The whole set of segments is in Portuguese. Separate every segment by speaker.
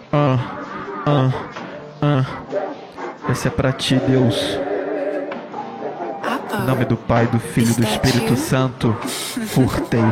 Speaker 1: Ah, ah, ah. Essa é pra ti, Deus. Em nome do Pai, do Filho e do Espírito Santo, furtei.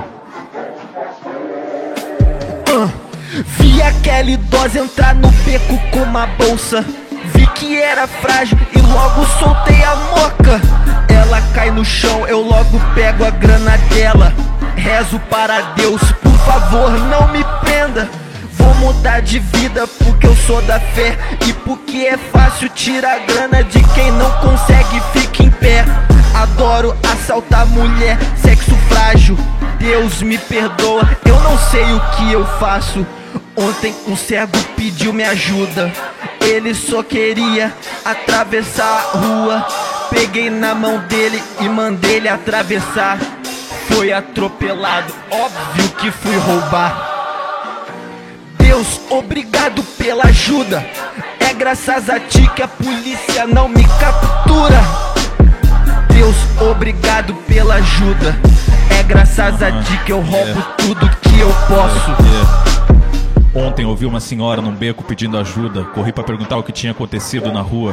Speaker 2: Vi aquela idosa entrar no beco com uma bolsa. Vi que era frágil e logo soltei a moca. Ela cai no chão, eu logo pego a grana dela. Rezo para Deus, por favor, não me prenda. Vou mudar de vida porque eu sou da fé e porque é fácil tirar a grana de quem não consegue, fica em pé. Adoro assaltar mulher, sexo frágil. Deus me perdoa, eu não sei o que eu faço. Ontem um cego pediu minha ajuda. Ele só queria atravessar a rua. Peguei na mão dele e mandei ele atravessar. Foi atropelado, óbvio que fui roubar. Deus, obrigado pela ajuda. É graças a ti que a polícia não me captura. Deus, obrigado pela ajuda. É graças a ti que eu roubo tudo que eu posso.
Speaker 3: Ontem ouvi uma senhora num beco pedindo ajuda. Corri pra perguntar o que tinha acontecido na rua.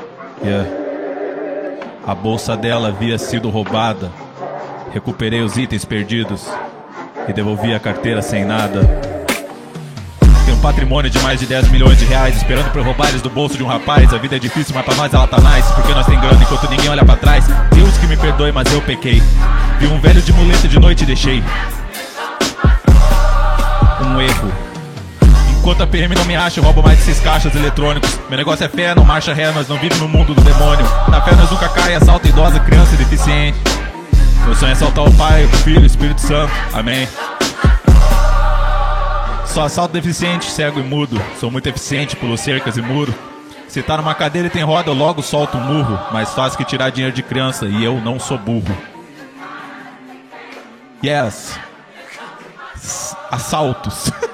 Speaker 3: A bolsa dela havia sido roubada. Recuperei os itens perdidos e devolvi a carteira sem nada. Tenho um patrimônio de mais de 10 milhões de reais esperando pra eu roubar eles do bolso de um rapaz. A vida é difícil, mas pra nós ela tá nice, porque nós tem grana enquanto ninguém olha pra trás. Deus que me perdoe, mas eu pequei. Vi um velho de muleta de noite e deixei. Um erro. Enquanto a PM não me acha, eu roubo mais de 6 caixas eletrônicos. Meu negócio é fé, não marcha ré, nós não vivemos no mundo do demônio. Na fé nós nunca cai, assalta idosa, criança e deficiente. Meu sonho é assaltar o Pai, o Filho e o Espírito Santo, amém. Só assalto deficiente, cego e mudo. Sou muito eficiente, pulo cercas e muro. Se tá numa cadeira e tem roda, eu logo solto um murro. Mais fácil que tirar dinheiro de criança, e eu não sou burro. Yes. Assaltos.